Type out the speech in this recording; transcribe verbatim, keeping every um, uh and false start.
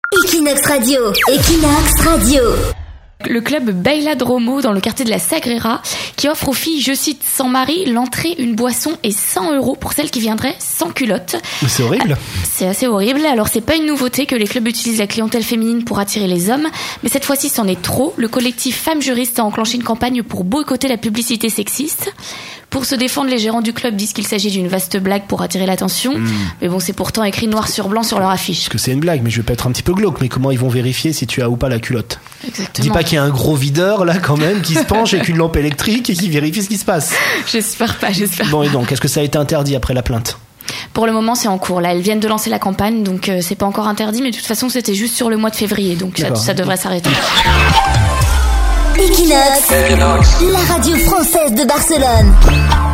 Equinox Radio, Equinox Radio. Le club Bailadromo dans le quartier de la Sagrera qui offre aux filles, je cite, sans mari, l'entrée, une boisson et cent euros pour celles qui viendraient sans culotte. C'est horrible. C'est assez horrible. Alors c'est pas une nouveauté que les clubs utilisent la clientèle féminine pour attirer les hommes, mais cette fois-ci c'en est trop. Le collectif Femmes Juristes a enclenché une campagne pour boycotter la publicité sexiste. Pour se défendre, les gérants du club disent qu'il s'agit d'une vaste blague pour attirer l'attention. Mmh. Mais bon, c'est pourtant écrit noir sur blanc sur leur affiche. Parce que c'est une blague, mais je vais pas être un petit peu glauque. Mais comment ils vont vérifier si tu as ou pas la culotte ? Exactement. Dis pas qu'il y a un gros videur là quand même qui se penche avec une lampe électrique et qui vérifie ce qui se passe. J'espère pas, j'espère Bon, pas. et donc, est-ce que ça a été interdit après la plainte ? Pour le moment, c'est en cours. Là, elles viennent de lancer la campagne, donc euh, c'est pas encore interdit, mais de toute façon, c'était juste sur le mois de février, donc ça, ça devrait s'arrêter. Equinox, Equinox, la radio française de Barcelone.